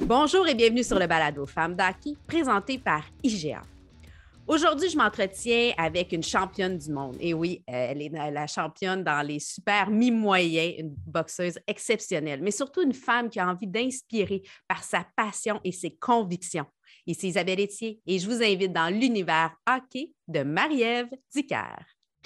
Bonjour et bienvenue sur le balado Femmes d'hockey présenté par IGA. Aujourd'hui, je m'entretiens avec une championne du monde. Et oui, elle est la championne dans les super mi-moyens, une boxeuse exceptionnelle, mais surtout une femme qui a envie d'inspirer par sa passion et ses convictions. Ici Isabelle Etier et je vous invite dans l'univers hockey de Marie-Ève Dicker.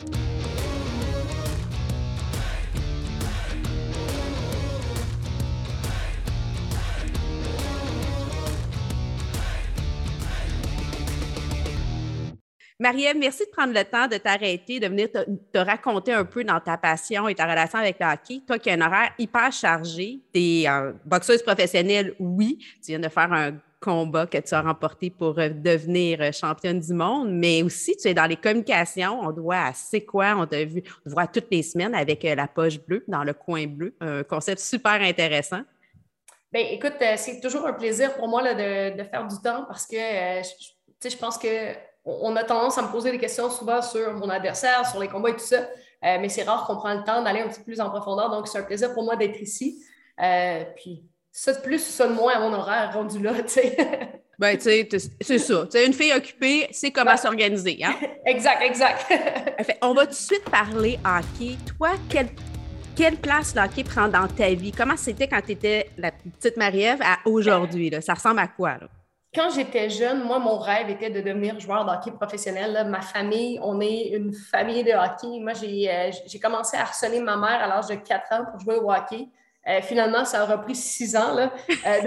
Marie-Ève, merci de prendre le temps de t'arrêter, de venir te raconter un peu dans ta passion et ta relation avec le hockey. Toi qui as un horaire hyper chargé, tu es boxeuse professionnelle, oui. Tu viens de faire un combat que tu as remporté pour devenir championne du monde, mais aussi tu es dans les communications. On te voit à C'est quoi? On te voit toutes les semaines avec la poche bleue dans le coin bleu. Un concept super intéressant. Bien, écoute, c'est toujours un plaisir pour moi là, de faire du temps parce que je pense qu'on a tendance à me poser des questions souvent sur mon adversaire, sur les combats et tout ça, mais c'est rare qu'on prend le temps d'aller un petit peu plus en profondeur. Donc, c'est un plaisir pour moi d'être ici. Puis, ça de plus, ça de moins à mon horaire rendu là, tu sais. Ben, tu sais, c'est ça. Tu es une fille occupée, c'est comment s'organiser, hein? Exact. On va tout de suite parler hockey. Toi, quelle place le hockey prend dans ta vie? Comment c'était quand tu étais la petite Marie-Ève à aujourd'hui? Là? Ça ressemble à quoi? Là? Quand j'étais jeune, moi, mon rêve était de devenir joueur de hockey professionnel. Là. Ma famille, on est une famille de hockey. Moi, j'ai commencé à harceler ma mère à l'âge de 4 ans pour jouer au hockey. Finalement, ça aura pris 6 ans. Là.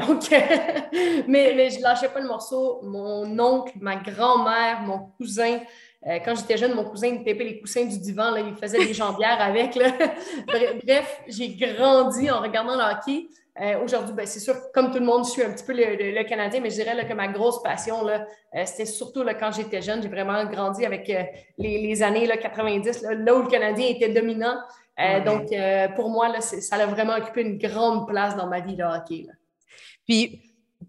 Mais je ne lâchais pas le morceau. Mon oncle, ma grand-mère, mon cousin, quand j'étais jeune, mon cousin il tapait les coussins du divan. Là, il faisait des jambières avec. Là. Bref, j'ai grandi en regardant le hockey. Aujourd'hui, ben, c'est sûr, comme tout le monde, je suis un petit peu le Canadien, mais je dirais là, que ma grosse passion, là, c'était surtout là, quand j'étais jeune. J'ai vraiment grandi avec les années là, 90, là où le Canadien était dominant. Donc, pour moi, là, ça a vraiment occupé une grande place dans ma vie, le hockey. Là. Puis,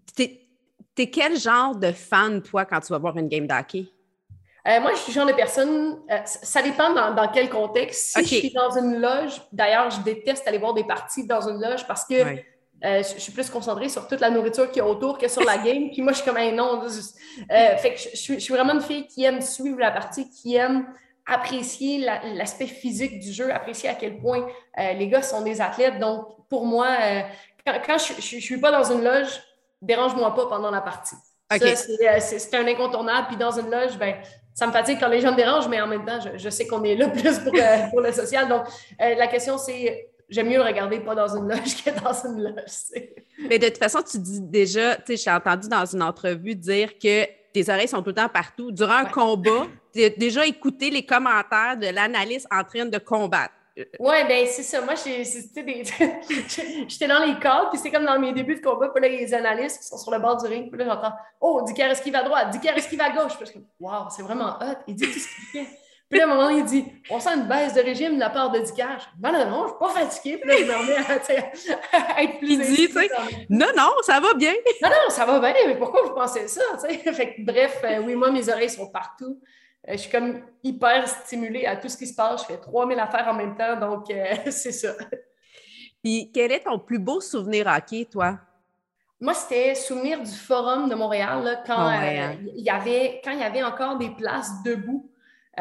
t'es quel genre de fan, toi, quand tu vas voir une game de hockey? Moi, je suis le genre de personne, ça dépend dans quel contexte. Si je suis dans une loge, d'ailleurs, je déteste aller voir des parties dans une loge parce que je suis plus concentrée sur toute la nourriture qu'il y a autour que sur la game. Puis moi, je suis comme un non. Fait que je suis vraiment une fille qui aime suivre la partie, qui aime apprécier l'aspect physique du jeu, apprécier à quel point les gars sont des athlètes. Donc, pour moi, quand je ne suis pas dans une loge, dérange-moi pas pendant la partie. Okay. Ça, c'est un incontournable. Puis dans une loge, ben, ça me fatigue quand les gens me dérangent, mais en même temps, je sais qu'on est là plus pour le social. Donc, la question, c'est j'aime mieux le regarder pas dans une loge que dans une loge. T'sais. Mais de toute façon, tu dis déjà, tu sais, j'ai entendu dans une entrevue dire que tes oreilles sont tout le temps partout. Durant un combat, tu as déjà écouté les commentaires de l'analyste en train de combattre. Oui, bien, c'est ça. Moi, j'étais dans les cadres, puis c'est comme dans mes débuts de combat, puis là, les analystes qui sont sur le bord du ring, puis là, j'entends « Oh, Dicker esquive à droite, Dicker esquive à gauche. » Puis je suis comme « Wow, c'est vraiment hot. » Il dit tout ce qu'il fait. Puis là, à un moment, il dit « On sent une baisse de régime de la part de Dicker. » Non, je suis pas fatiguée. Puis là, je me remets à être plus dit, non, ça va bien. Non, ça va bien, mais pourquoi vous pensez ça? Fait que, bref, oui, moi, mes oreilles sont partout. Je suis comme hyper stimulée à tout ce qui se passe. Je fais 3000 affaires en même temps, donc c'est ça. Puis, quel est ton plus beau souvenir hockey, toi? Moi, c'était souvenir du Forum de Montréal, là, quand il y avait encore des places debout.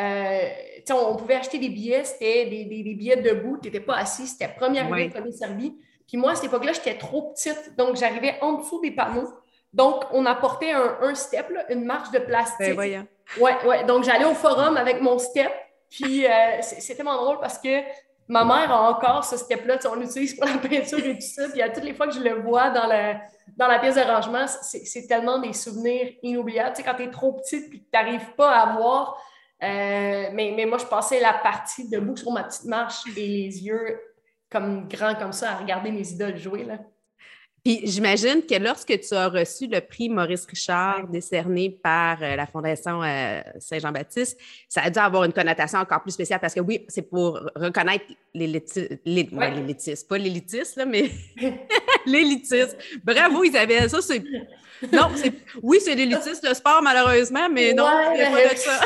On pouvait acheter des billets, c'était des billets debout. Tu n'étais pas assis, c'était premier arrivé, premier servi. Puis moi, à cette époque-là, j'étais trop petite, donc j'arrivais en dessous des panneaux. Donc, on apportait un step, là, une marche de plastique. Ouais. Donc, j'allais au forum avec mon step. Puis, c'est tellement drôle parce que ma mère a encore ce step-là. On l'utilise pour la peinture et tout ça. Puis, à toutes les fois que je le vois dans la pièce de rangement, c'est tellement des souvenirs inoubliables. Tu sais, quand tu es trop petite et que tu n'arrives pas à voir. Mais moi, je passais la partie debout sur ma petite marche et les yeux comme grands comme ça à regarder mes idoles jouer, là. Puis j'imagine que lorsque tu as reçu le prix Maurice Richard décerné par la Fondation Saint-Jean-Baptiste, ça a dû avoir une connotation encore plus spéciale parce que oui, c'est pour reconnaître l'élitisme, pas l'élitiste, là, mais l'élitisme. Bravo Isabelle, ça c'est... Non, c'est l'élitisme, le sport malheureusement, mais non, il n'y a pas de ça.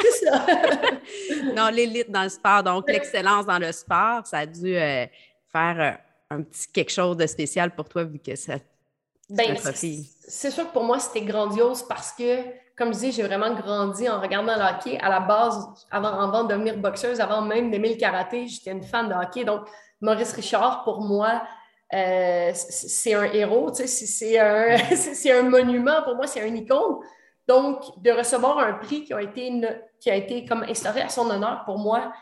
Non, l'élite dans le sport, donc l'excellence dans le sport, ça a dû faire... un petit quelque chose de spécial pour toi, vu que ça Ben, C'est sûr que pour moi, c'était grandiose parce que, comme je disais, j'ai vraiment grandi en regardant le hockey. À la base, avant de devenir boxeuse, avant même d'aimer le karaté, j'étais une fan de hockey. Donc, Maurice Richard, pour moi, c'est un héros, tu sais, c'est un monument. Pour moi, c'est un icône. Donc, de recevoir un prix qui a été comme instauré à son honneur, pour moi,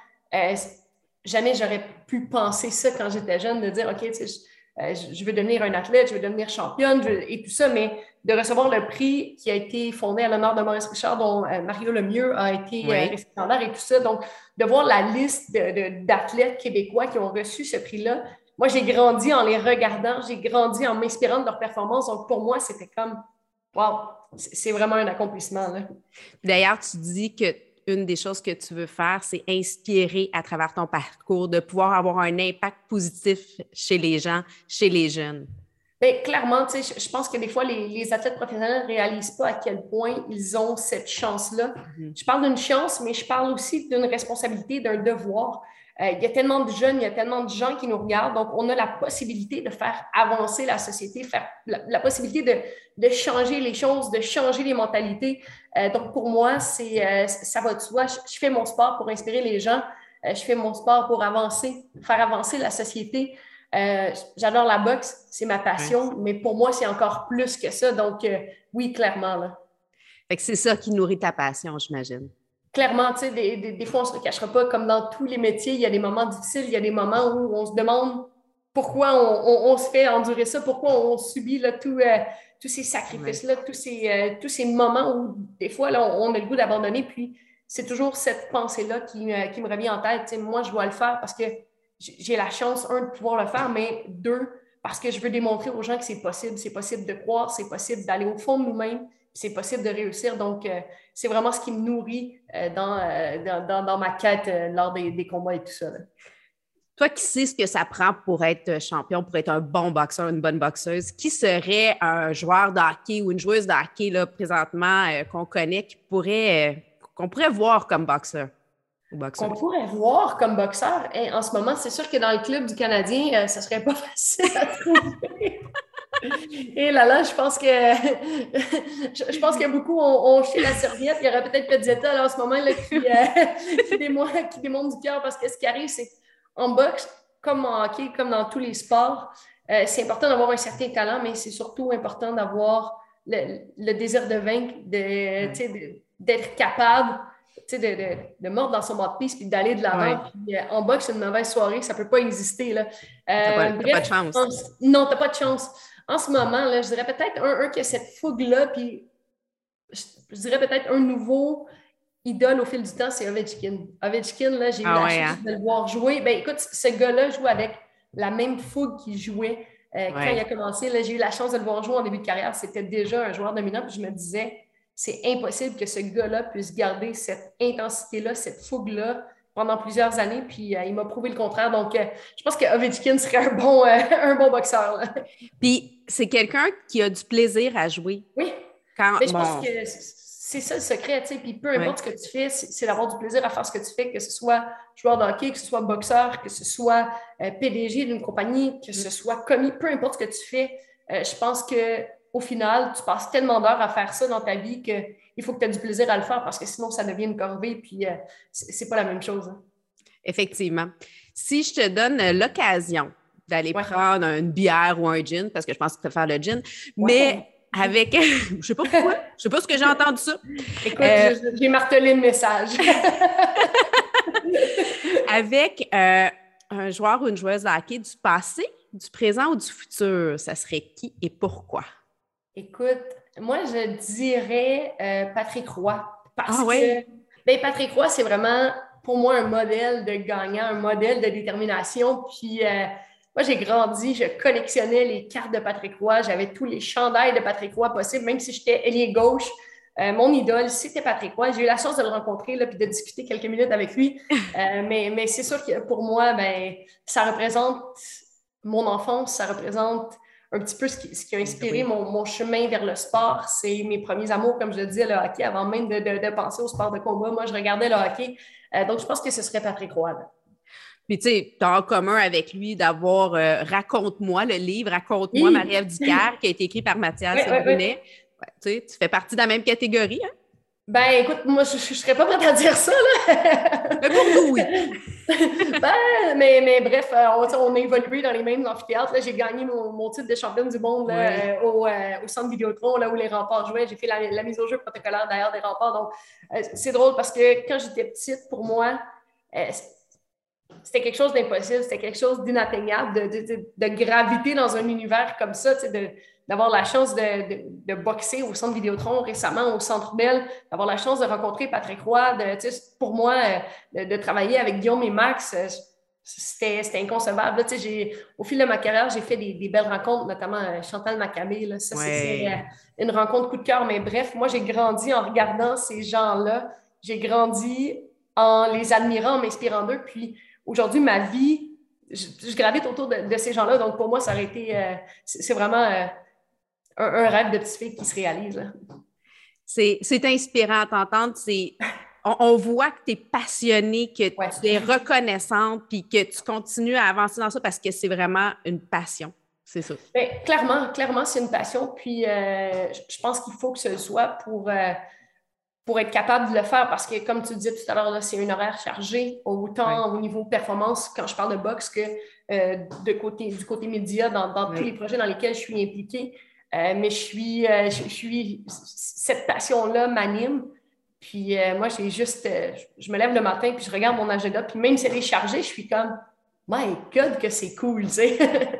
jamais j'aurais pu penser ça quand j'étais jeune, de dire, OK, tu sais, je veux devenir un athlète, je veux devenir championne et tout ça, mais de recevoir le prix qui a été fondé à l'honneur de Maurice Richard, dont Mario Lemieux a été récipiendaire et tout ça. Donc, de voir la liste d'athlètes québécois qui ont reçu ce prix-là, moi, j'ai grandi en les regardant, j'ai grandi en m'inspirant de leurs performances. Donc, pour moi, c'était comme, wow, c'est vraiment un accomplissement, là. D'ailleurs, tu dis que une des choses que tu veux faire, c'est inspirer à travers ton parcours, de pouvoir avoir un impact positif chez les gens, chez les jeunes. Bien, clairement, tu sais, je pense que des fois, les athlètes professionnels ne réalisent pas à quel point ils ont cette chance-là. Je parle d'une chance, mais je parle aussi d'une responsabilité, d'un devoir. Il y a tellement de jeunes, il y a tellement de gens qui nous regardent, donc on a la possibilité de faire avancer la société, faire la possibilité de changer les choses, de changer les mentalités. Donc pour moi, ça va de soi. Je fais mon sport pour inspirer les gens, je fais mon sport pour faire avancer la société. J'adore la boxe, c'est ma passion, mais pour moi, c'est encore plus que ça. Donc, oui, clairement. Là. Fait que c'est ça qui nourrit ta passion, j'imagine. Clairement, tu sais, des fois, on ne se le cachera pas, comme dans tous les métiers, il y a des moments difficiles, il y a des moments où on se demande pourquoi on se fait endurer ça, pourquoi on subit là, tous ces sacrifices-là, tous ces moments où, des fois, là, on a le goût d'abandonner, puis c'est toujours cette pensée-là qui me revient en tête. Tu sais, moi, je dois le faire parce que j'ai la chance, un, de pouvoir le faire, mais deux, parce que je veux démontrer aux gens que c'est possible de croire, c'est possible d'aller au fond de nous-mêmes, c'est possible de réussir. Donc, c'est vraiment ce qui me nourrit dans ma quête lors des combats et tout ça. Là. Toi qui sais ce que ça prend pour être champion, pour être un bon boxeur, une bonne boxeuse, qui serait un joueur de hockey ou une joueuse de hockey là, présentement qu'on connaît, qu'on pourrait voir comme boxeur? Qu'on pourrait voir comme boxeur. Et en ce moment, c'est sûr que dans le club du Canadien, ça serait pas facile à trouver. Et là, je pense que beaucoup ont jeté la serviette. Il y aurait peut-être Pezzetta là, en ce moment là, qui démontre du cœur parce que ce qui arrive, c'est en boxe, comme en hockey, comme dans tous les sports, c'est important d'avoir un certain talent, mais c'est surtout important d'avoir le désir de vaincre, d'être capable de mordre dans son mode de piste puis d'aller de l'avant. Puis, en boxe, une mauvaise soirée, ça ne peut pas exister. Là. T'as pas de chance. Non, tu n'as pas de chance. En ce moment, là, je dirais peut-être un qui a cette fougue-là, puis je dirais peut-être un nouveau idole au fil du temps, c'est Ovechkin. Ovechkin, là, j'ai eu la chance de le voir jouer. Ben, écoute, ce gars-là joue avec la même fougue qu'il jouait quand il a commencé. Là, j'ai eu la chance de le voir jouer en début de carrière. C'était déjà un joueur dominant, puis je me disais, c'est impossible que ce gars-là puisse garder cette intensité-là, cette fougue-là pendant plusieurs années, puis il m'a prouvé le contraire. Donc, je pense que Ovechkin serait un bon boxeur. Là. Puis, c'est quelqu'un qui a du plaisir à jouer. Oui, mais je pense que c'est ça le secret, tu sais, puis peu importe ce que tu fais, c'est d'avoir du plaisir à faire ce que tu fais, que ce soit joueur de hockey, que ce soit boxeur, que ce soit PDG d'une compagnie, que ce soit commis, peu importe ce que tu fais, je pense qu'au final, tu passes tellement d'heures à faire ça dans ta vie qu'il faut que tu aies du plaisir à le faire parce que sinon, ça devient une corvée, puis c'est pas la même chose. Hein. Effectivement. Si je te donne l'occasion d'aller prendre une bière ou un gin, parce que je pense que tu préfères le gin, mais avec, je sais pas pourquoi, je sais pas ce que j'ai entendu ça. Écoute, j'ai martelé le message. Avec un joueur ou une joueuse de hockey du passé, du présent ou du futur, ça serait qui et pourquoi? Écoute, moi, je dirais Patrick Roy. Parce que Patrick Roy, c'est vraiment, pour moi, un modèle de gagnant, un modèle de détermination. Puis, moi, j'ai grandi, je collectionnais les cartes de Patrick Roy. J'avais tous les chandails de Patrick Roy possibles, même si j'étais ailier gauche. Mon idole, c'était Patrick Roy. J'ai eu la chance de le rencontrer et de discuter quelques minutes avec lui. Mais c'est sûr que pour moi, ça représente mon enfance, ça représente un petit peu ce qui a inspiré mon chemin vers le sport. C'est mes premiers amours, comme je le disais, le hockey, avant même de penser au sport de combat. Moi, je regardais le hockey. Donc, je pense que ce serait Patrick Roy. Là. Puis, tu sais, tu as en commun avec lui d'avoir Raconte-moi, le livre Raconte-moi, Marie-Ève Dicker, qui a été écrit par Mathias Brunet. Ouais, tu sais, tu fais partie de la même catégorie, hein? Ben, écoute, moi, je ne serais pas prête à dire ça, là. Mais pour nous, oui. Ben, mais bref, on a évolué dans les mêmes amphithéâtres. Là, j'ai gagné mon titre de championne du monde là, au centre Vidéotron, là où les Remparts jouaient. J'ai fait la mise au jeu protocolaire d'ailleurs des Remparts. Donc, c'est drôle parce que quand j'étais petite, pour moi, c'était quelque chose d'impossible, c'était quelque chose d'inatteignable, de graviter dans un univers comme ça, d'avoir la chance de boxer au centre Vidéotron récemment, au Centre Bell, d'avoir la chance de rencontrer Patrick Roy, pour moi, de travailler avec Guillaume et Max, c'était inconcevable. Là, au fil de ma carrière, j'ai fait des belles rencontres, notamment Chantal Macamé. Là, ça, c'est une rencontre coup de cœur. Mais bref, moi, j'ai grandi en regardant ces gens-là. J'ai grandi en les admirant, en m'inspirant d'eux. Puis aujourd'hui, ma vie, je gravite autour de ces gens-là. Donc, pour moi, ça aurait été... c'est vraiment un rêve de petite fille qui se réalise. Là. C'est inspirant à t'entendre. On voit que tu es passionnée, que tu es reconnaissante, puis que tu continues à avancer dans ça parce que c'est vraiment une passion. C'est ça. Bien, clairement, c'est une passion. Puis, je pense qu'il faut que ce le soit pour être capable de le faire parce que, comme tu disais tout à l'heure, là, c'est un horaire chargé, autant au niveau performance, quand je parle de boxe, que du côté média, dans tous les projets dans lesquels je suis impliquée. Mais je suis cette passion-là m'anime. Puis moi, je me lève le matin, puis je regarde mon agenda, puis même si elle est chargée, je suis comme, my God, que c'est cool, tu sais.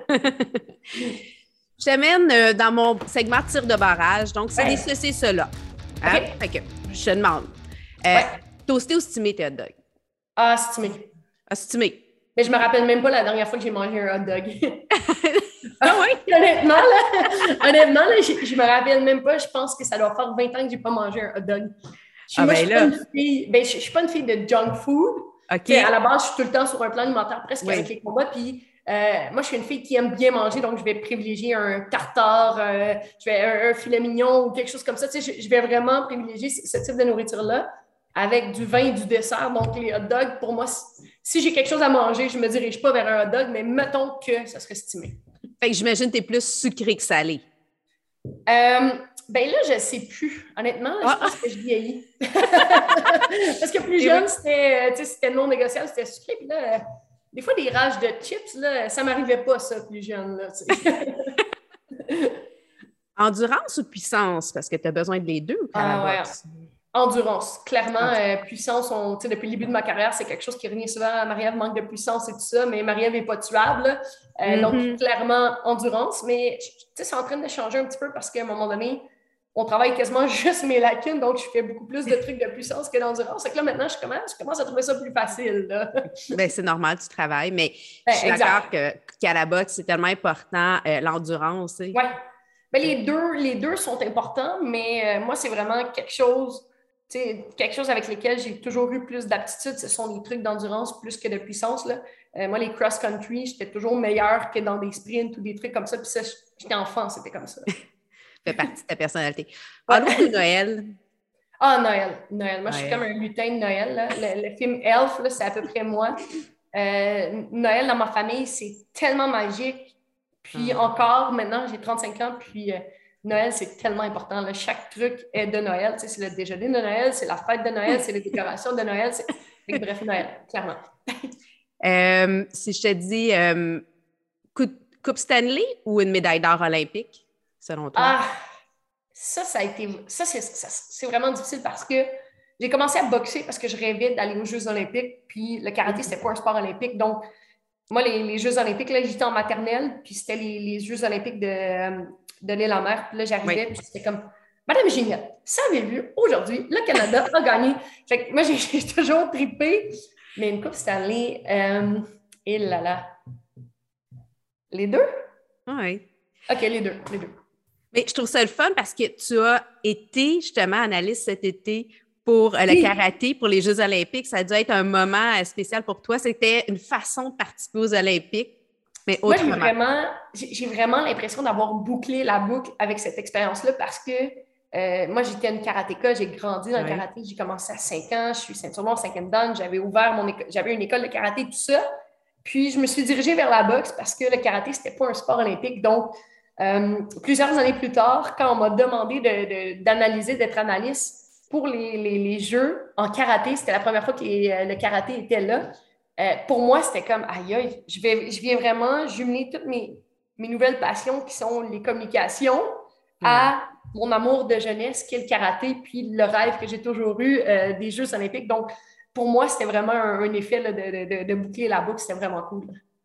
Je t'amène dans mon segment tir de barrage. Donc, c'est ceci, cela. Hein? Okay. Fait que, je te demande, toasté ou stimé tes hot dogs? Ah, stimé. Ah, stimé. Mais je me rappelle même pas la dernière fois que j'ai mangé un hot dog. Ah oui? Honnêtement, je me rappelle même pas. Je pense que ça doit faire 20 ans que j'ai pas mangé un hot dog. Je suis pas une fille de junk food. Okay. À la base, je suis tout le temps sur un plan alimentaire presque avec les combats. Puis moi, je suis une fille qui aime bien manger, donc je vais privilégier un tartare, un filet mignon ou quelque chose comme ça. Tu sais, je vais vraiment privilégier ce type de nourriture-là avec du vin et du dessert. Donc, les hot dogs, pour moi, si j'ai quelque chose à manger, je ne me dirige pas vers un hot dog, mais mettons que ça serait estimé. Fait que j'imagine que tu es plus sucré que salé. Ben là, je ne sais plus. Honnêtement, je pense que je vieillis. Parce que plus jeune, c'était non négociable, c'était sucré. Puis là, des fois, des rages de chips, là, ça ne m'arrivait pas, ça, plus jeune. Là, Endurance ou puissance? Parce que tu as besoin de les deux à la boxe. Endurance. Clairement, puissance, depuis le début de ma carrière, c'est quelque chose qui revient souvent à Marie-Ève, manque de puissance et tout ça, mais Marie-Ève n'est pas tuable. Donc, clairement, endurance. Mais c'est en train de changer un petit peu parce qu'à un moment donné, on travaille quasiment juste mes lacunes, donc je fais beaucoup plus de trucs de puissance que d'endurance. Donc là, maintenant, je commence à trouver ça plus facile. Bien, c'est normal, tu travailles, mais je suis d'accord qu'à la boxe, c'est tellement important, l'endurance. Oui. Ben, les deux sont importants, mais moi, c'est vraiment quelque chose avec lequel j'ai toujours eu plus d'aptitude. Ce sont des trucs d'endurance plus que de puissance. Là. Moi, les cross-country, j'étais toujours meilleure que dans des sprints ou des trucs comme ça. Puis ça, j'étais enfant, c'était comme ça. Fait partie de ta personnalité. Parlons de Noël. Ah, Noël. Moi, je suis comme un lutin de Noël. Là. Le film Elf, là, c'est à peu près moi. Noël, dans ma famille, c'est tellement magique. Puis encore, maintenant, j'ai 35 ans, puis Noël, c'est tellement important. Là. Chaque truc est de Noël. C'est le déjeuner de Noël, c'est la fête de Noël, c'est les décorations de Noël. Bref, Noël, clairement. Si je te dis Coupe Stanley ou une médaille d'or olympique, selon toi? Ah, c'est vraiment difficile parce que j'ai commencé à boxer parce que je rêvais d'aller aux Jeux olympiques, puis le karaté, c'était pas un sport olympique. Donc, moi, les Jeux olympiques, là, j'étais en maternelle, puis c'était les Jeux olympiques de l'île-en-mer. Puis là, j'arrivais, puis c'était comme « Madame Ginette, savez-vous, aujourd'hui, le Canada a gagné. » Fait que moi, j'ai toujours trippé, mais une Coupe Stanley, et là là. Les deux? Oui. OK, les deux. Mais je trouve ça le fun parce que tu as été justement analyste cet été pour le karaté, pour les Jeux olympiques. Ça a dû être un moment spécial pour toi. C'était une façon de participer aux Olympiques, mais autrement. Moi, j'ai vraiment l'impression d'avoir bouclé la boucle avec cette expérience-là parce que moi, j'étais une karatéka. J'ai grandi dans le karaté. J'ai commencé à 5 ans. Je suis ceinture noire 5e dan. J'avais une école de karaté, tout ça. Puis, je me suis dirigée vers la boxe parce que le karaté, c'était pas un sport olympique. Donc, plusieurs années plus tard, quand on m'a demandé d'analyser, d'être analyste pour les Jeux en karaté, c'était la première fois que le karaté était là. Pour moi, c'était comme, aïe, aïe, je viens vraiment jumeler toutes mes nouvelles passions qui sont les communications à mon amour de jeunesse qui est le karaté, puis le rêve que j'ai toujours eu des Jeux olympiques. Donc, pour moi, c'était vraiment un effet là, de boucler la boucle. C'était vraiment cool.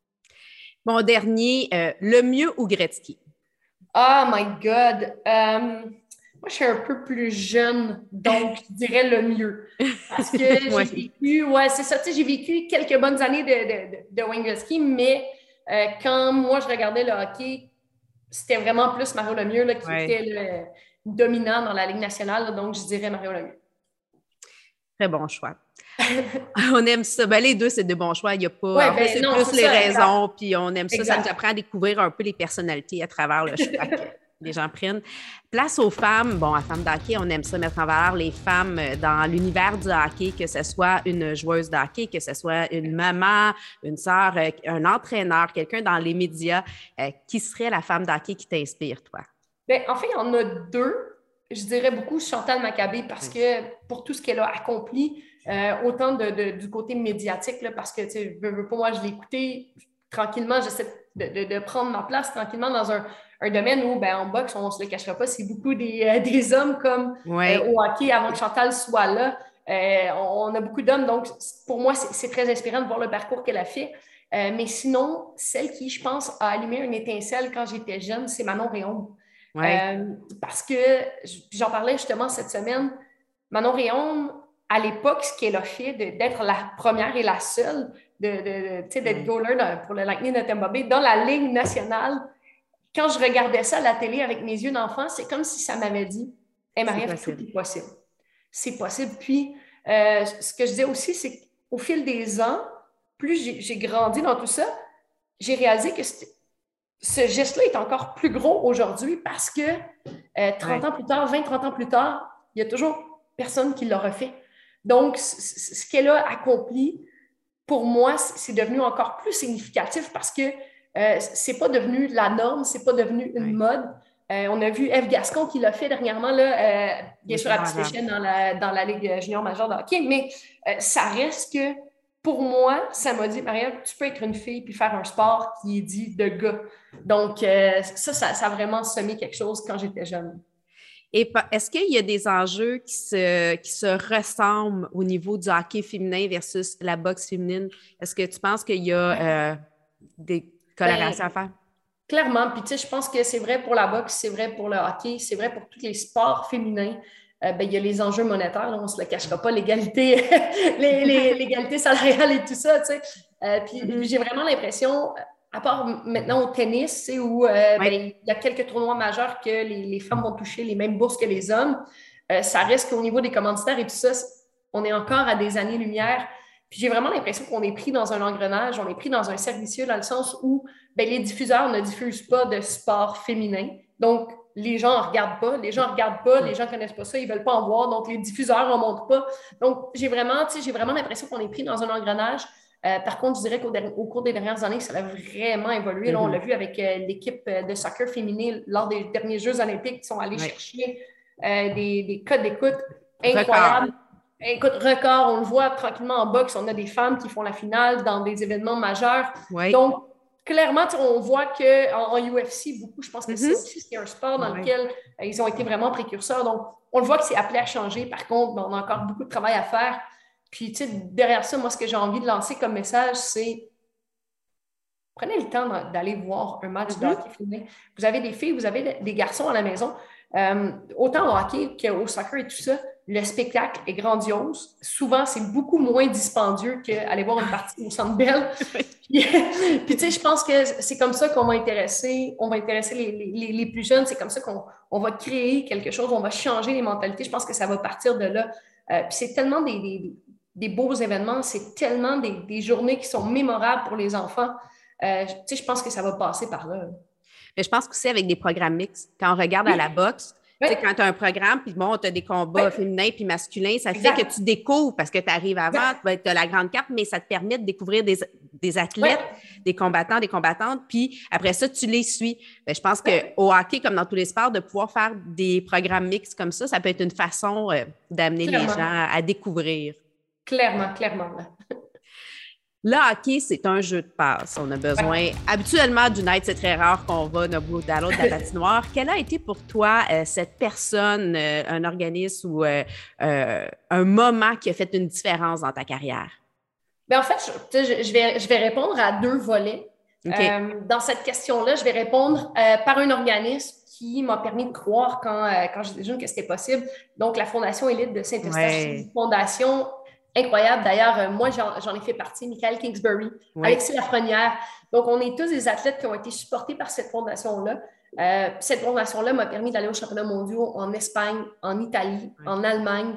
Mon dernier, le mieux ou Gretzky? Oh my God! Moi, je suis un peu plus jeune, donc je dirais le mieux. Parce que j'ai vécu, c'est ça, tu sais, j'ai vécu quelques bonnes années de Wayne Gretzky, mais quand moi, je regardais le hockey, c'était vraiment plus Mario Lemieux là, qui était le dominant dans la Ligue nationale, là, donc je dirais Mario Lemieux. Très bon choix. On aime ça. Ben, les deux, c'est de bons choix. Il y a pas. Ouais, c'est plus les raisons, puis on aime ça. Ça nous apprend à découvrir un peu les personnalités à travers le choix que les gens prennent. Place aux femmes. Bon, à Femmes de hockey, on aime ça mettre en valeur les femmes dans l'univers du hockey, que ce soit une joueuse de hockey, que ce soit une maman, une sœur, un entraîneur, quelqu'un dans les médias. Qui serait la femme de hockey qui t'inspire, toi? Bien, en fait, il y en a deux. Je dirais beaucoup Chantal Maccabé parce que pour tout ce qu'elle a accompli, autant du côté médiatique, là, parce que, tu sais, pour moi, je l'ai écouté tranquillement, j'essaie de prendre ma place tranquillement dans un domaine où, ben, en boxe, on ne se le cachera pas, c'est beaucoup des hommes comme au hockey avant que Chantal soit là. On a beaucoup d'hommes, donc pour moi, c'est très inspirant de voir le parcours qu'elle a fait. Mais sinon, celle qui, je pense, a allumé une étincelle quand j'étais jeune, c'est Manon Rhéaume. Parce que, j'en parlais justement cette semaine, Manon Rhéaume, à l'époque, ce qu'elle a fait d'être la première et la seule d'être goaler pour le Lightning de Tampa Bay dans la Ligue nationale, quand je regardais ça à la télé avec mes yeux d'enfant, c'est comme si ça m'avait dit « Hey Marie-Ève, tout est possible. » C'est possible. Puis, ce que je disais aussi, c'est qu'au fil des ans, plus j'ai grandi dans tout ça, j'ai réalisé que ce geste-là est encore plus gros aujourd'hui parce que 30 ans plus tard, 20-30 ans plus tard, il y a toujours personne qui l'aura fait. Donc, ce qu'elle a accompli, pour moi, c'est devenu encore plus significatif parce que c'est pas devenu la norme, c'est pas devenu une mode. On a vu Eve Gascon qui l'a fait dernièrement, là, bien sûr à petite échelle dans la Ligue junior majeure de hockey, mais ça reste que pour moi, ça m'a dit, Marie-Ève, tu peux être une fille puis faire un sport qui est dit de gars. Donc, ça a vraiment semé quelque chose quand j'étais jeune. Et est-ce qu'il y a des enjeux qui se ressemblent au niveau du hockey féminin versus la boxe féminine? Est-ce que tu penses qu'il y a des corrélations à faire? Clairement. Puis, tu sais, je pense que c'est vrai pour la boxe, c'est vrai pour le hockey, c'est vrai pour tous les sports féminins. Il y a les enjeux monétaires, là, on ne se le cachera pas, l'égalité, l'égalité salariale et tout ça, tu sais. Puis j'ai vraiment l'impression, à part maintenant au tennis, où il y a quelques tournois majeurs que les femmes vont toucher les mêmes bourses que les hommes, ça reste qu'au niveau des commanditaires et tout ça, on est encore à des années-lumière. Puis j'ai vraiment l'impression qu'on est pris dans un engrenage, on est pris dans un cercle vicieux dans le sens où les diffuseurs ne diffusent pas de sport féminin. Donc, les gens ne regardent pas, les gens ne connaissent pas ça, ils ne veulent pas en voir, donc les diffuseurs n'en montrent pas. Donc, j'ai vraiment l'impression qu'on est pris dans un engrenage. Par contre, je dirais qu'au cours des dernières années, ça a vraiment évolué. Là, on l'a vu avec l'équipe de soccer féminin lors des derniers Jeux olympiques qui sont allés chercher des codes d'écoute incroyables. Écoute, record, on le voit tranquillement en boxe, on a des femmes qui font la finale dans des événements majeurs. Donc, clairement, on voit qu'en UFC, beaucoup, je pense que c'est aussi un sport dans lequel ils ont été vraiment précurseurs. Donc, on le voit que c'est appelé à changer. Par contre, on a encore beaucoup de travail à faire. Puis, tu sais, derrière ça, moi, ce que j'ai envie de lancer comme message, c'est prenez le temps d'aller voir un match de hockey féminin. Vous avez des filles, vous avez des garçons à la maison. Autant au hockey qu'au soccer et tout ça, le spectacle est grandiose. Souvent, c'est beaucoup moins dispendieux qu'aller voir une partie au Centre Bell. Puis, tu sais, je pense que c'est comme ça qu'on va intéresser les plus jeunes. C'est comme ça qu'on va créer quelque chose, on va changer les mentalités. Je pense que ça va partir de là. Puis c'est tellement des beaux événements, c'est tellement des journées qui sont mémorables pour les enfants. Tu sais, je pense que ça va passer par là. Mais je pense qu'aussi avec des programmes mixtes, quand on regarde à la boxe, tu sais, quand tu as un programme, puis bon, tu as des combats féminins puis masculins, ça fait que tu découvres, parce que tu arrives avant, tu as la grande carte, mais ça te permet de découvrir des athlètes, des combattants, des combattantes, puis après ça, tu les suis. Bien, je pense qu'au hockey, comme dans tous les sports, de pouvoir faire des programmes mixtes comme ça peut être une façon d'amener les gens à découvrir. Clairement. Le hockey, c'est un jeu de passe. On a besoin habituellement d'une aide. C'est très rare qu'on va d'un bout à l'autre de la patinoire. Quelle a été pour toi cette personne, un organisme ou un moment qui a fait une différence dans ta carrière? Bien, en fait, je vais répondre à 2 volets. Okay. Dans cette question-là, je vais répondre par un organisme qui m'a permis de croire quand j'étais jeune que c'était possible. Donc, la Fondation Élite de Saint-Eustache, c'est une fondation incroyable. D'ailleurs, moi, j'en ai fait partie, Michael Kingsbury, Alexis Lafrenière. Donc, on est tous des athlètes qui ont été supportés par cette fondation-là. Cette fondation-là m'a permis d'aller aux championnats mondiaux en Espagne, en Italie, en Allemagne.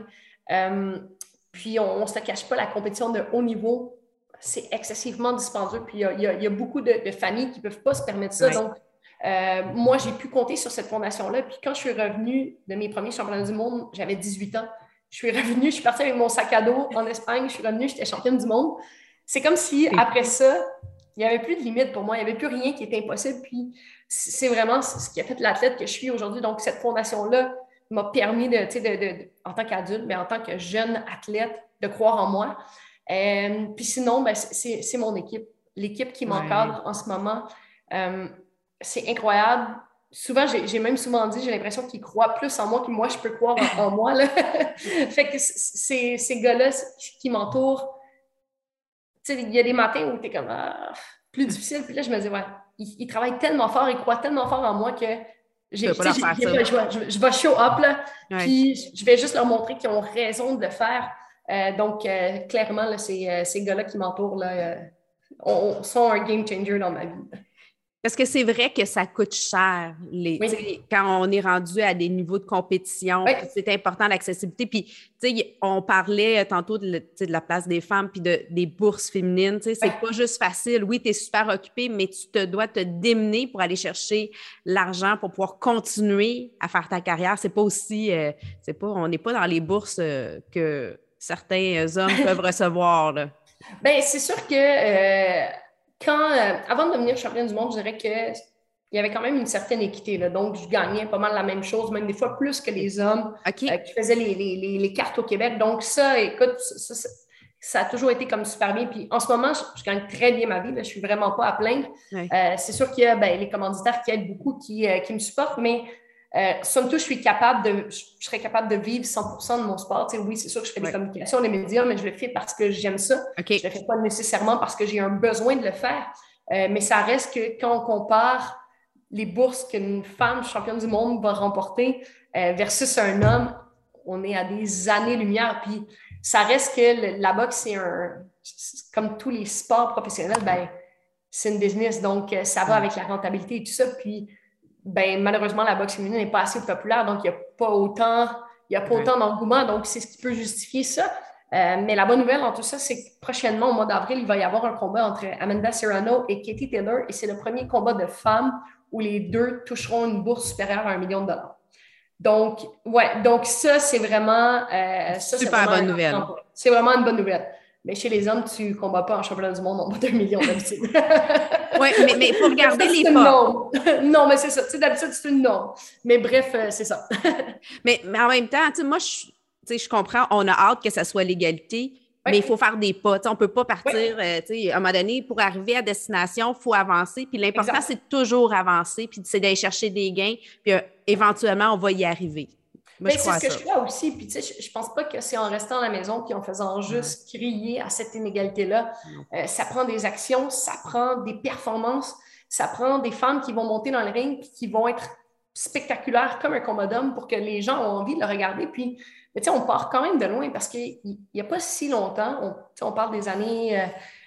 Puis, on ne se cache pas, la compétition de haut niveau, c'est excessivement dispendieux. Puis, il y a beaucoup de familles qui ne peuvent pas se permettre ça. Donc, moi, j'ai pu compter sur cette fondation-là. Puis, quand je suis revenue de mes premiers championnats du monde, j'avais 18 ans. Je suis revenue, je suis partie avec mon sac à dos en Espagne, je suis revenue, j'étais championne du monde. C'est comme si, après ça, il n'y avait plus de limite pour moi, il n'y avait plus rien qui était impossible. Puis, c'est vraiment ce qui a fait l'athlète que je suis aujourd'hui. Donc, cette fondation-là m'a permis, en tant qu'adulte, mais en tant que jeune athlète, de croire en moi. Puis sinon, c'est mon équipe. L'équipe qui m'encadre en ce moment, c'est incroyable. Souvent, j'ai même souvent dit, j'ai l'impression qu'ils croient plus en moi que moi, je peux croire en moi. Là. Fait que ces gars-là qui m'entourent, tu sais, il y a des matins où tu es comme plus difficile. Puis là, je me dis, ils travaillent tellement fort, ils croient tellement fort en moi que j'ai pas le choix. Je vais show up, là, puis je vais juste leur montrer qu'ils ont raison de le faire. Donc, clairement, là, ces gars-là qui m'entourent là, sont un game changer dans ma vie. Parce que c'est vrai que ça coûte cher, quand on est rendu à des niveaux de compétition, c'est important l'accessibilité. Puis, on parlait tantôt de la place des femmes puis des bourses féminines. C'est pas juste facile. Oui, tu es super occupé, mais tu te dois te démener pour aller chercher l'argent pour pouvoir continuer à faire ta carrière. C'est pas aussi, on n'est pas dans les bourses que certains hommes peuvent recevoir. Là. Bien, c'est sûr que avant de devenir championne du monde, je dirais qu'il y avait quand même une certaine équité. Là. Donc, je gagnais pas mal la même chose, même des fois plus que les hommes qui faisaient les cartes au Québec. Donc, ça, écoute, ça a toujours été comme super bien. Puis, en ce moment, je gagne très bien ma vie. Là. Je ne suis vraiment pas à plaindre. C'est sûr qu'il y a les commanditaires qui aident beaucoup, qui me supportent, mais somme toute, je serais capable de vivre 100% de mon sport. Tu sais, oui, c'est sûr que je fais des communications, des médias, mais je le fais parce que j'aime ça. Je ne le fais pas nécessairement parce que j'ai un besoin de le faire. Mais ça reste que quand on compare les bourses qu'une femme championne du monde va remporter versus un homme, on est à des années-lumière. Puis ça reste que la boxe, c'est comme tous les sports professionnels, c'est une business. Donc, ça va avec la rentabilité et tout ça. Puis, malheureusement, la boxe féminine n'est pas assez populaire, donc il n'y a pas autant d'engouement, donc c'est ce qui peut justifier ça. Mais la bonne nouvelle en tout ça, c'est que prochainement, au mois d'avril, il va y avoir un combat entre Amanda Serrano et Katie Taylor, et c'est le premier combat de femmes où les deux toucheront une bourse supérieure à $1 million. Donc, ça, c'est vraiment... super bonne nouvelle. C'est vraiment une bonne nouvelle. Mais chez les hommes, tu ne combats pas en championnat du monde en bas d'1 million d'habitude. Oui, mais il faut regarder les pas. Non, mais c'est ça. Tu sais, d'habitude, c'est une norme. Mais bref, c'est ça. mais en même temps, moi, je comprends, on a hâte que ça soit l'égalité, mais il faut faire des pas. On ne peut pas partir, à un moment donné, pour arriver à destination, il faut avancer. Puis l'important, c'est de toujours avancer, puis c'est d'aller chercher des gains, puis éventuellement, on va y arriver. Mais c'est ce que je crois aussi. Puis, tu sais, je pense pas que c'est en restant à la maison puis en faisant juste crier à cette inégalité-là. Ça prend des actions, ça prend des performances, ça prend des femmes qui vont monter dans le ring puis qui vont être spectaculaires comme un combat d'hommes pour que les gens ont envie de le regarder. Puis, tu sais, on part quand même de loin parce qu'il n'y a pas si longtemps, on parle des années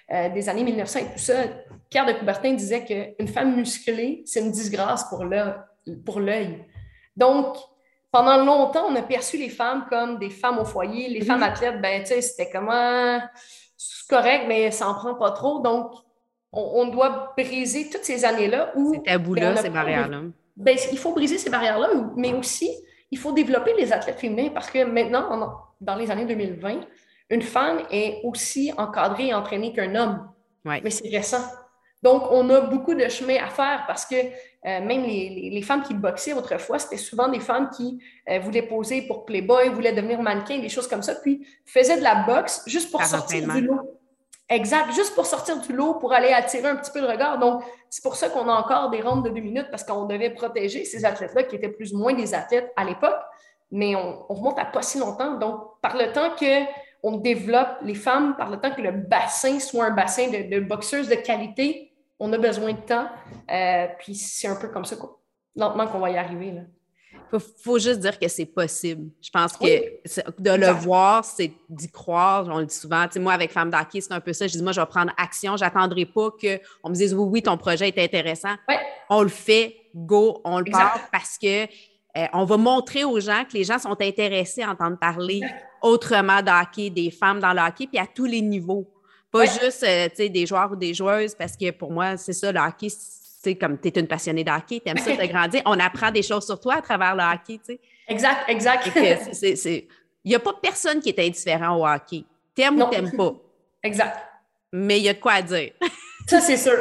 1900 et tout ça. Pierre de Coubertin disait qu'une femme musclée, c'est une disgrâce pour l'œil. Donc, pendant longtemps, on a perçu les femmes comme des femmes au foyer. Les femmes athlètes, tu sais, c'était comment c'est correct, mais ça n'en prend pas trop. Donc, on doit briser toutes ces années-là où... Ces tabous-là, ces barrières-là. Il faut briser ces barrières-là, mais aussi, il faut développer les athlètes féminins parce que maintenant, dans les années 2020, une femme est aussi encadrée et entraînée qu'un homme. Ouais. Mais c'est récent. Donc, on a beaucoup de chemin à faire parce que même les femmes qui boxaient autrefois, c'était souvent des femmes qui voulaient poser pour Playboy, voulaient devenir mannequin, des choses comme ça, puis faisaient de la boxe juste pour Par sortir entraînement. du lot. Exact, juste pour sortir du lot, pour aller attirer un petit peu le regard. Donc, c'est pour ça qu'on a encore des rondes de 2 minutes parce qu'on devait protéger ces athlètes-là qui étaient plus ou moins des athlètes à l'époque, mais on remonte à pas si longtemps. Donc, par le temps qu'on développe les femmes, par le temps que le bassin soit un bassin de boxeuses de qualité, on a besoin de temps. Puis c'est un peu comme ça, lentement qu'on va y arriver, là. Faut juste dire que c'est possible. Je pense que Oui, de le exact. voir, c'est d'y croire. On le dit souvent. Tu sais, moi, avec Femme d'Hockey, c'est un peu ça. Je dis, moi, je vais prendre action. J'attendrai pas qu'on me dise, oui, oui, ton projet est intéressant. Ouais, On le fait, go, on le part exact. parce que on va montrer aux gens que les gens sont intéressés à entendre parler Exact. autrement de hockey, des femmes dans le hockey, puis à tous les niveaux. Pas Ouais, juste tu sais, des joueurs ou des joueuses, parce que pour moi, c'est ça, le hockey, c'est comme tu es une passionnée de hockey, tu aimes ça, te grandir. On apprend des choses sur toi à travers le hockey, tu sais. exact, exact. Et que il n'y a pas personne qui est indifférent au hockey. T'aimes ou Non, t'aimes pas, exact. mais il y a de quoi à dire. Ça, c'est sûr.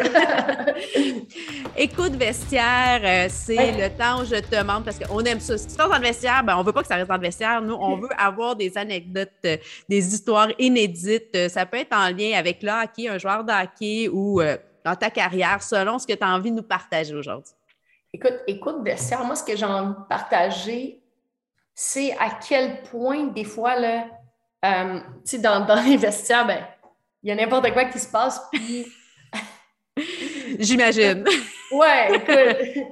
Écoute, vestiaire, c'est Ouais. le temps où je te demande, parce qu'on aime ça. Si tu passes dans le vestiaire, ben, on veut pas que ça reste dans le vestiaire. Nous, on veut avoir des anecdotes, des histoires inédites. Ça peut être en lien avec le hockey, un joueur de hockey ou dans ta carrière, selon ce que tu as envie de nous partager aujourd'hui. Écoute, vestiaire, moi, ce que j'ai envie de partager, c'est à quel point, des fois, là, tu sais, dans les vestiaires, ben, il y a n'importe quoi qui se passe, puis J'imagine. ouais, écoute,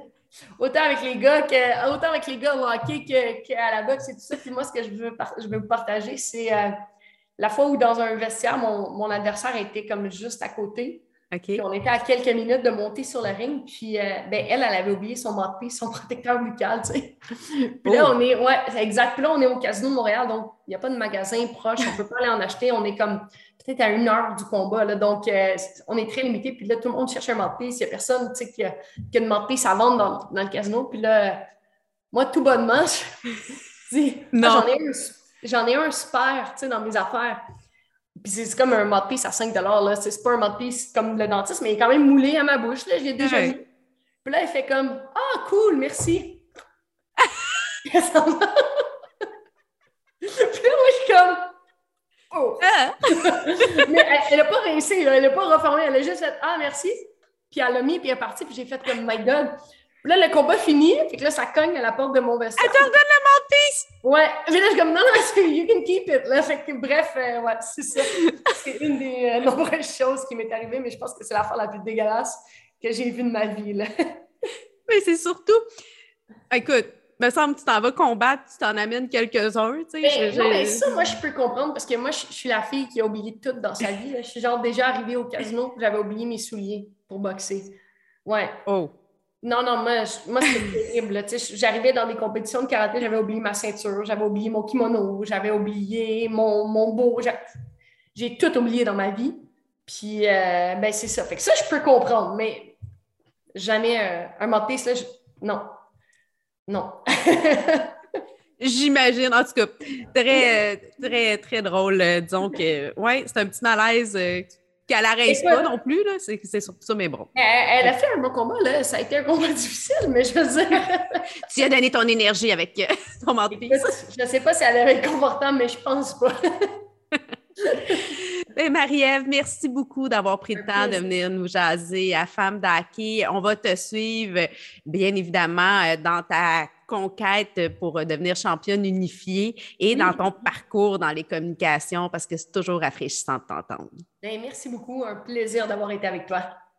autant avec les gars au hockey qu'à la boxe et tout ça. Puis moi, ce que je veux vous partager, c'est la fois où dans un vestiaire, mon adversaire était comme juste à côté. OK. Puis on était à quelques minutes de monter sur le ring. Puis ben, elle avait oublié son mouthpiece, son protecteur buccal, tu sais. Puis là, Oh. ouais, c'est exact. Puis là, on est au Casino de Montréal, donc il n'y a pas de magasin proche. On ne peut pas aller en acheter. On est comme peut-être à 1 heure du combat. Là, donc, on est très limité. Puis là, tout le monde cherche un mouthpiece. Il n'y a personne qui a une mouthpiece à vendre dans le casino. Puis là, moi, tout bonnement, je dis, Non. j'en ai un super, tu sais, dans mes affaires. Puis c'est comme un mouthpiece à 5 là. C'est pas un mouthpiece comme le dentiste, mais il est quand même moulé à ma bouche. Là, je l'ai déjà mis. Puis là, il fait comme ah, cool, merci. Puis là, moi, je suis comme oh. Ah! Mais elle n'a pas réussi, là. Elle n'a pas reformé. Elle a juste fait ah, merci. Puis elle l'a mis, puis elle est partie. Puis j'ai fait comme my God. Puis là, le combat finit. Fait que là, ça cogne à la porte de mon vestiaire. Elle te redonne le mouthpiece! Ouais. Mais là, je suis comme non, non, c'est you can keep it. Là, fait que bref, ouais, c'est ça. C'est une des nombreuses choses qui m'est arrivée, mais je pense que c'est l'affaire la plus dégueulasse que j'ai vue de ma vie, là. Mais c'est surtout, écoute, me semble que tu t'en vas combattre, tu t'en amènes quelques-uns, tu sais. Non, mais ça, moi, je peux comprendre parce que moi, je suis la fille qui a oublié tout dans sa vie. Là. Je suis genre déjà arrivée au casino, j'avais oublié mes souliers pour boxer. Ouais. Oh. Non, non, moi c'était terrible. Là. J'arrivais dans des compétitions de karaté, j'avais oublié ma ceinture, j'avais oublié mon kimono, j'avais oublié mon beau. J'ai tout oublié dans ma vie. Puis, ben, c'est ça. Fait que ça, je peux comprendre, mais jamais un mouthpiece, là, non. Non. J'imagine. En tout cas, très, très, très drôle. Disons que, ouais, c'est un petit malaise qu'elle n'arrête pas non plus, là. C'est surtout ça, mais bon. Elle a fait un bon combat, là. Ça a été un combat difficile, mais je veux dire. Tu as donné ton énergie avec ton mouthpiece. Je ne sais pas si elle est réconfortante, mais je pense pas. Marie-Ève, merci beaucoup d'avoir pris le temps de venir nous jaser à Femme d'Hockey. On va te suivre, bien évidemment, dans ta conquête pour devenir championne unifiée et dans ton parcours dans les communications parce que c'est toujours rafraîchissant de t'entendre. Bien, merci beaucoup. Un plaisir d'avoir été avec toi.